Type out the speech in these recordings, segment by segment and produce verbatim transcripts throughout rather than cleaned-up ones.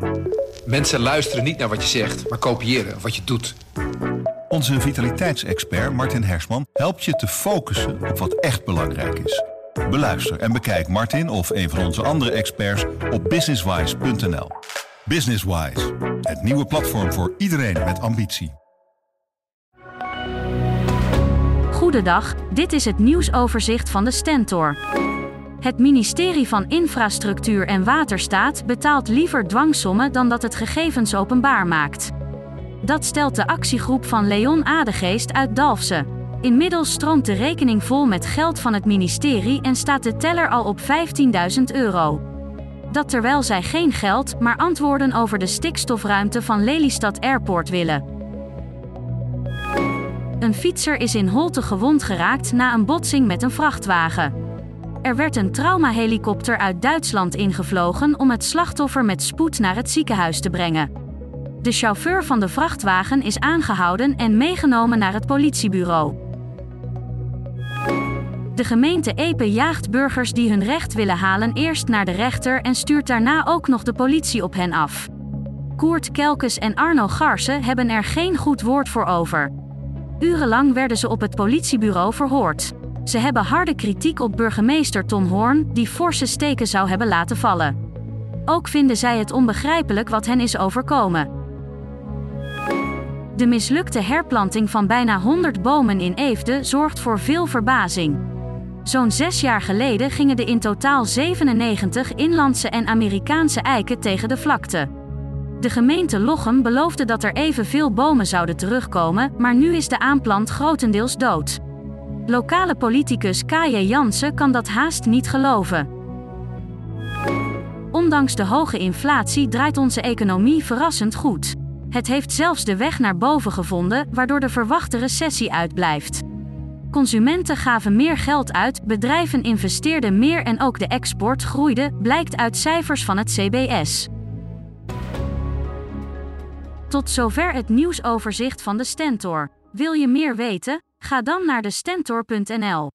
Mensen luisteren niet naar wat je zegt, maar kopiëren wat je doet. Onze vitaliteitsexpert Martin Hersman helpt je te focussen op wat echt belangrijk is. Beluister en bekijk Martin of een van onze andere experts op businesswise punt n l. Businesswise, het nieuwe platform voor iedereen met ambitie. Goedendag, dit is het nieuwsoverzicht van de Stentor. Het ministerie van Infrastructuur en Waterstaat betaalt liever dwangsommen dan dat het gegevens openbaar maakt. Dat stelt de actiegroep van Leon Adegeest uit Dalfsen. Inmiddels stroomt de rekening vol met geld van het ministerie en staat de teller al op vijftienduizend euro. Dat terwijl zij geen geld, maar antwoorden over de stikstofruimte van Lelystad Airport willen. Een fietser is in Holte gewond geraakt na een botsing met een vrachtwagen. Er werd een traumahelikopter uit Duitsland ingevlogen om het slachtoffer met spoed naar het ziekenhuis te brengen. De chauffeur van de vrachtwagen is aangehouden en meegenomen naar het politiebureau. De gemeente Epe jaagt burgers die hun recht willen halen eerst naar de rechter en stuurt daarna ook nog de politie op hen af. Koert Kelkes en Arno Garsen hebben er geen goed woord voor over. Urenlang werden ze op het politiebureau verhoord. Ze hebben harde kritiek op burgemeester Tom Hoorn, die forse steken zou hebben laten vallen. Ook vinden zij het onbegrijpelijk wat hen is overkomen. De mislukte herplanting van bijna honderd bomen in Eefde zorgt voor veel verbazing. Zo'n zes jaar geleden gingen er in totaal zevenennegentig inlandse en Amerikaanse eiken tegen de vlakte. De gemeente Lochem beloofde dat er evenveel bomen zouden terugkomen, maar nu is de aanplant grotendeels dood. Lokale politicus K J Jansen kan dat haast niet geloven. Ondanks de hoge inflatie draait onze economie verrassend goed. Het heeft zelfs de weg naar boven gevonden, waardoor de verwachte recessie uitblijft. Consumenten gaven meer geld uit, bedrijven investeerden meer en ook de export groeide, blijkt uit cijfers van het C B S. Tot zover het nieuwsoverzicht van de Stentor. Wil je meer weten? Ga dan naar de stentor punt n l.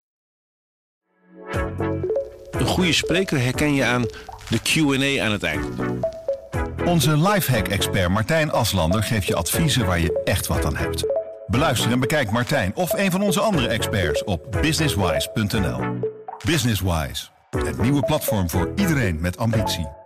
Een goede spreker herken je aan de Q en A aan het eind. Onze lifehack-expert Martijn Aslander geeft je adviezen waar je echt wat aan hebt. Beluister en bekijk Martijn of een van onze andere experts op businesswise punt n l. Businesswise, het nieuwe platform voor iedereen met ambitie.